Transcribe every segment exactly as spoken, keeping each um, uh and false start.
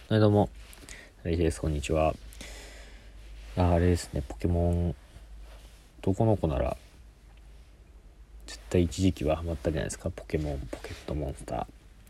はい、どうも、はいです。こんにちは。ああれですね、ポケモン、男の子なら、絶対一時期はハマったじゃないですか。ポケモン、ポケットモンスター。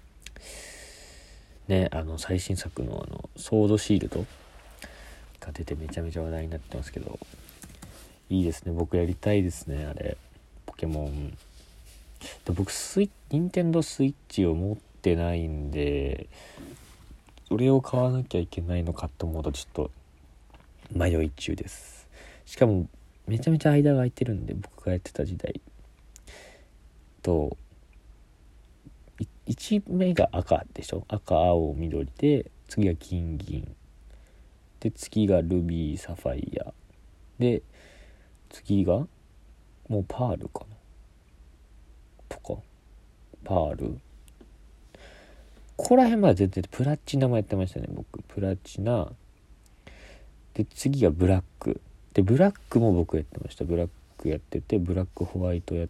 ね、あの、最新作の、あの、ソードシールドが出てめちゃめちゃ話題になってますけど、いいですね。僕やりたいですね、あれ。ポケモン。で僕、スイッ、ニンテンドースイッチを持ってないんで、それを買わなきゃいけないのかと思うと、ちょっと、迷い中です。しかもめちゃめちゃ間が空いてるんで、僕がやってた時代といちめが赤でしょ。赤青緑で、次が金銀で、次がルビーサファイアで、次がもうパールかなとか、パール、ここら辺まで全然プラチナもやってましたね。僕プラチナで、次がブラックで、ブラックも僕やってました。ブラックやってて、ブラックホワイトやって、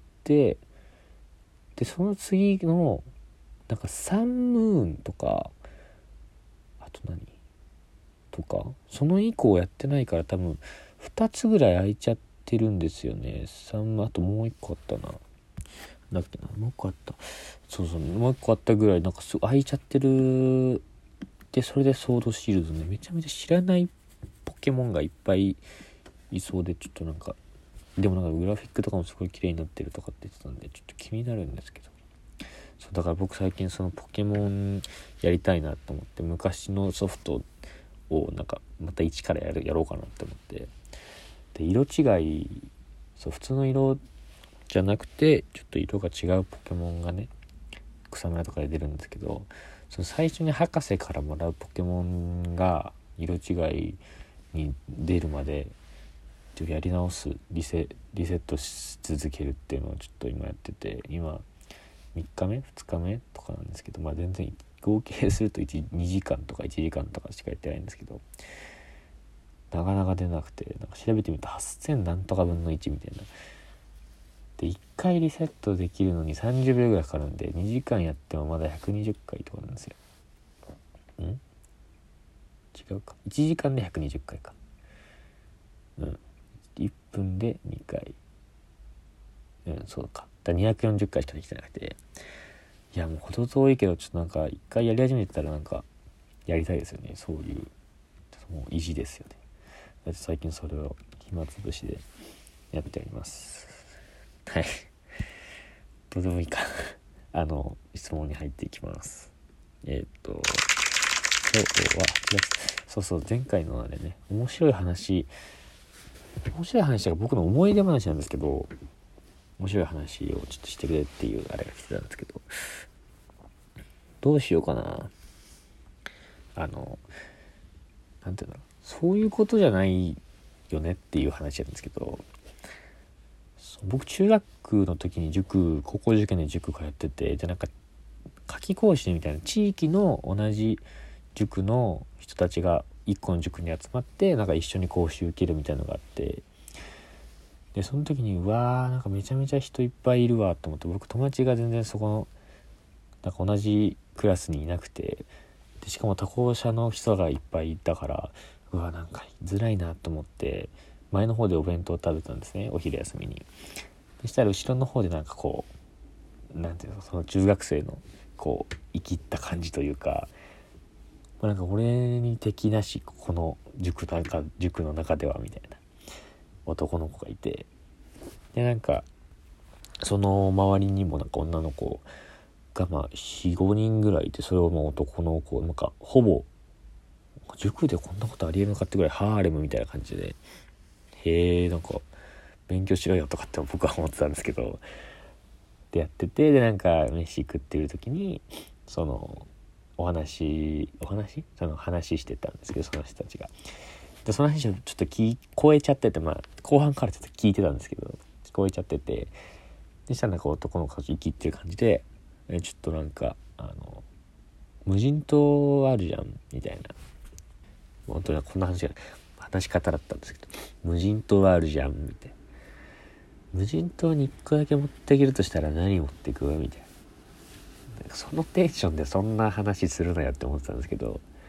でその次のなんかサンムーンとか、あと何とか、その以降やってないから多分ふたつぐらい空いちゃってるんですよね。さん、あともういっこあったな。だっけな、もういっこあった。そうそう、もういっこあったぐらい、なんかす空いちゃってる。で、それでソードシールドね、めちゃめちゃ知らないポケモンがいっぱいいそうで、ちょっとなんか、でもなんかグラフィックとかもすごい綺麗になってるとかって言ってたんで、ちょっと気になるんですけど。そうだから僕最近そのポケモンやりたいなと思って、昔のソフトをなんかまた一からやるやろうかなって思って、で色違い、そう普通の色じゃなくてちょっと色が違うポケモンがね、草むらとかで出るんですけど、その最初に博士からもらうポケモンが色違いに出るまでちょっとやり直す、リセリセットし続けるっていうのをちょっと今やってて、今みっかめふつかめとかなんですけど、まあ全然合計するといち、にじかんとかいちじかんとかしかやってないんですけど、なかなか出なくて、なんか調べてみるとはっせんなんとか分のいちみたいなで、いっかいリセットできるのにさんじゅうびょうぐらいかかるんで、にじかんやってもまだひゃくにじゅっかいとかなんですよ。ん違うか、いちじかんでひゃくにじゅっかいか。うんいっぷんでにかい、うんそうか、だにひゃくよんじゅっかいしかできてなくて、いやもう程遠いけど、ちょっとなんか一回やり始めてたらなんかやりたいですよね。そういうもう意地ですよね。だって最近それを暇つぶしでやっております。はい、どうでもいいかあの質問に入っていきます。えー、っと今日はそうそう、前回のあれね、面白い話面白い話が僕の思い出話なんですけど、面白い話をちょっとしてくれっていうあれが来てたんですけど、どうしようかな。あのなんていうんだろう、そういうことじゃないよねっていう話なんですけど、僕中学の時に塾、高校受験で塾通ってて、でなんか夏期講習みたいな、地域の同じ塾の人たちが一個の塾に集まってなんか一緒に講習受けるみたいなのがあって、でその時にうわーなんかめちゃめちゃ人いっぱいいるわと思って、僕友達が全然そこのなんか同じクラスにいなくて、でしかも他校舎の人がいっぱいいたから、うわなんか居づらいなと思って前の方でお弁当を食べたんですね、お昼休みに。そしたら後ろの方でなんかこう、なんていうの、その中学生のこう生きった感じというか、まあ、なんか俺に敵なし、この塾なんか塾の中ではみたいな男の子がいて、でなんかその周りにもなんか女の子がまあ よん、ごにんぐらいいて、それをもう男の子なんかほぼ塾でこんなことありえるのかってぐらいハーレムみたいな感じで、へえなんか勉強しろよとかって僕は思ってたんですけど、でやってて、でなんか飯食ってる時にそのお話お話その話してたんですけど、その人たちが、でその話をちょっと聞こえちゃってて、まあ後半からちょっと聞いてたんですけど、聞こえちゃってて、でしたらなんか男の子が生きってる感じで、えちょっとなんかあの無人島あるじゃんみたいな、本当にこんな話が話し方だったんですけど、無人島あるじゃんみたいな、無人島にいっこだけ持っていけるとしたら何持っていくみたいな、そのテンションでそんな話するのやって思ってたんですけど、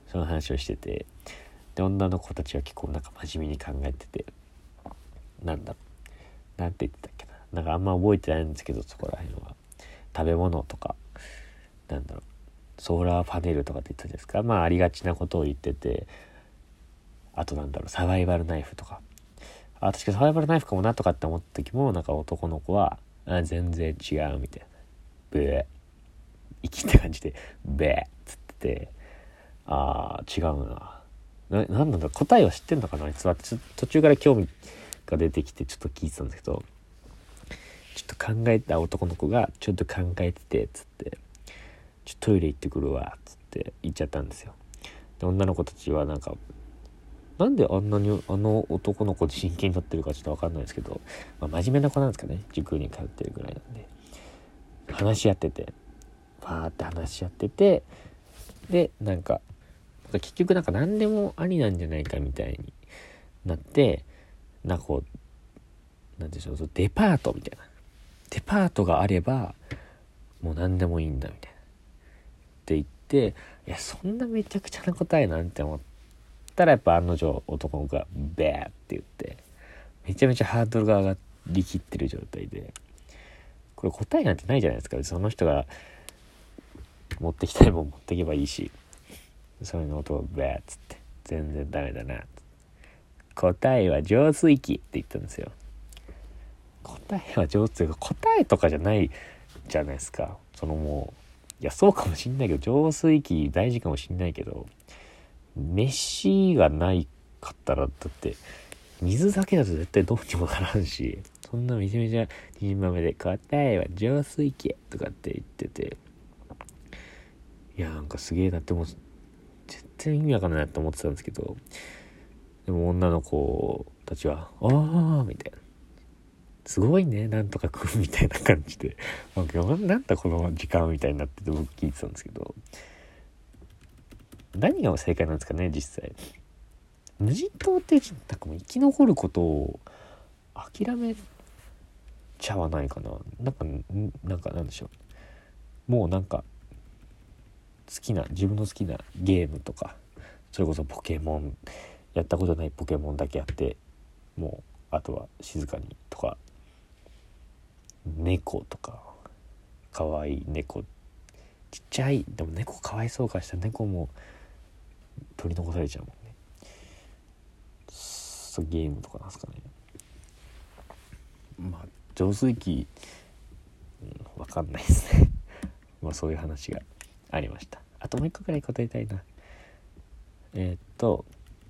その話をしてて、で女の子たちは結構なんか真面目に考えてて、なんだなんて言ってたっけな、なんかあんま覚えてないんですけど、そこら辺は食べ物とかなんだろうソーラーパネルとかって言ったじゃないですか。まあありがちなことを言ってて、あとなんだろうサバイバルナイフとか、あ確かサバイバルナイフかもなとかって思った時も、なんか男の子はあ全然違うみたいな、ブー息って感じでブーっつってて、あー違うなな、なんなんだ答えは知ってんのかなあいつは。ちょ途中から興味が出てきてちょっと聞いてたんですけど、ちょっと考えた男の子がちょっと考えててつってちょっとトイレ行ってくるわつって言っちゃったんですよ。で女の子たちはなんかなんであんなにあの男の子真剣になってるかちょっと分かんないですけど、まあ、真面目な子なんですかね、塾に通ってるぐらいなんで話し合っててバーって話し合ってて、でなんか結局なんか何でもありなんじゃないかみたいになって、なんかこうなんでしょう、デパートみたいな、デパートがあればもう何でもいいんだみたいなって言って、いやそんなめちゃくちゃな答えなんて思ったら、やっぱ案の定男の子がベーって言って、めちゃめちゃハードルが上がりきってる状態で、これ答えなんてないじゃないですか。その人が持ってきたいもん持っていけばいいし、それの音をベーっつって全然ダメだな、答えは浄水器って言ったんですよ。答えは浄水器、答えとかじゃないじゃないですか。そのもういやそうかもしんないけど、浄水器大事かもしんないけど、飯がないかったらだって水だけだと絶対どうにもならんし、そんなめちゃめちゃにじまめで答えは浄水器とかって言ってて、いやなんかすげえなってもう絶対意味わかんないなって思ってたんですけど、でも女の子たちはあーみたいな、すごいねなんとかくんみたいな感じで、なんかなんだこの時間みたいになってて僕聞いてたんですけど、何が正解なんですかね実際。無人島ってなんかもう生き残ることを諦めちゃわないかな。なんかなんかなんでしょう、もうなんか好きな自分の好きなゲームとか、それこそポケモンやったことないポケモンだけやって、もうあとは静かにとか、猫とかかわいい猫、ちっちゃいでも猫かわいそうからしたら猫も取り残されちゃうもんね。そうゲームとかなんですかね。まあ浄水器、うん、わかんないですねまあそういう話がありました。あともう一個くらい答えたいな。えー、っと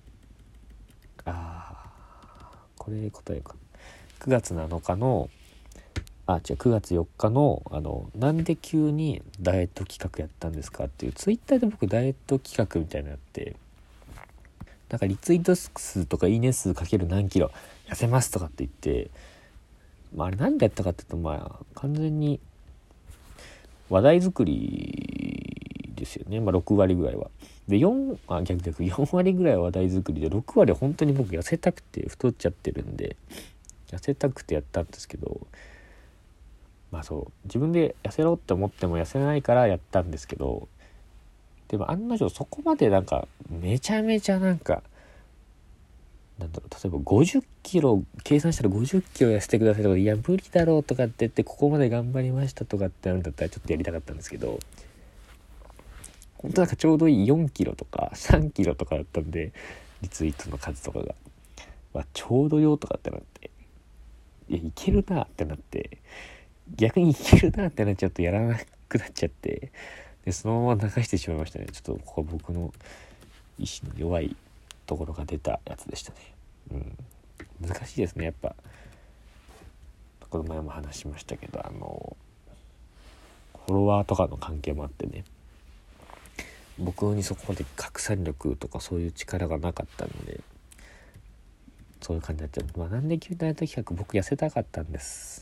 あこれ答えかくがつなのかのあ違うくがつよっかのあのなんで急にダイエット企画やったんですかっていうツイッターで僕ダイエット企画みたいなのやって、なんかリツイート数とかいいね数かける何キロ痩せますとかって言って、まああれ何でやったかっていうと、まあ完全に話題作りですよね。まあろくわりぐらいはでよんあ逆逆よんわりぐらいは話題作りで、ろくわりは本当に僕痩せたくて太っちゃってるんで痩せたくてやったんですけど、まあそう自分で痩せろって思っても痩せないからやったんですけど、でも案の定そこまでなんかめちゃめちゃなんかなんだろう、例えばごじゅっキロ計算したらごじゅっキロ痩せてくださいとか、いや無理だろうとかって言ってここまで頑張りましたとかってなるんだったらちょっとやりたかったんですけど、本当なんかちょうどいいよんキロとかさんキロとかだったんで、リツイートの数とかが、まあ、ちょうどよとかってなって、いやいけるなってなって、逆にいけるなってなっちゃうとやらなくなっちゃって、でそのまま流してしまいましたね。ちょっとここは僕の意志の弱いところが出たやつでしたね。うん、難しいですねやっぱ。この前も話しましたけど、あのフォロワーとかの関係もあってね、僕にそこまで拡散力とかそういう力がなかったので、そういう感じになっちゃう。まあなんで急にダイエット企画、僕痩せたかったんです。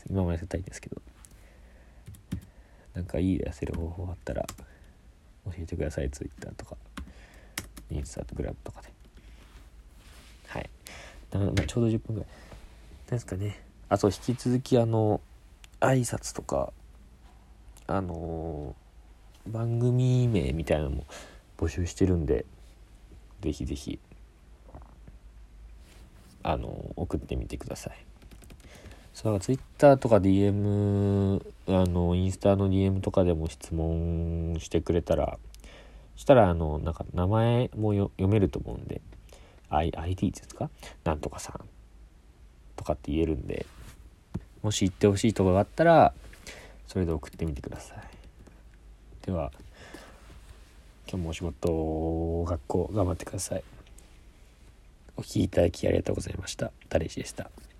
今も痩せたいんですけど、なんかいい痩せる方法あったら教えてください。ツイッターとかインスタグラムとかで。はい。だからまあちょうどじゅっぷんぐらいですかね。あと引き続きあの挨拶とかあのー、番組名みたいなのも募集してるんで、 ぜひぜひあの送ってみてください。そうツイッターとか ディーエム あのインスタの ディーエム とかでも質問してくれたらしたらあのなんか名前もよ読めると思うんで I アイディー ですかなんとかさんとかって言えるんで、もし言ってほしいとこがあったらそれで送ってみてください。では今日もお仕事学校頑張ってください。お聞きいただきありがとうございました。タレイシでした。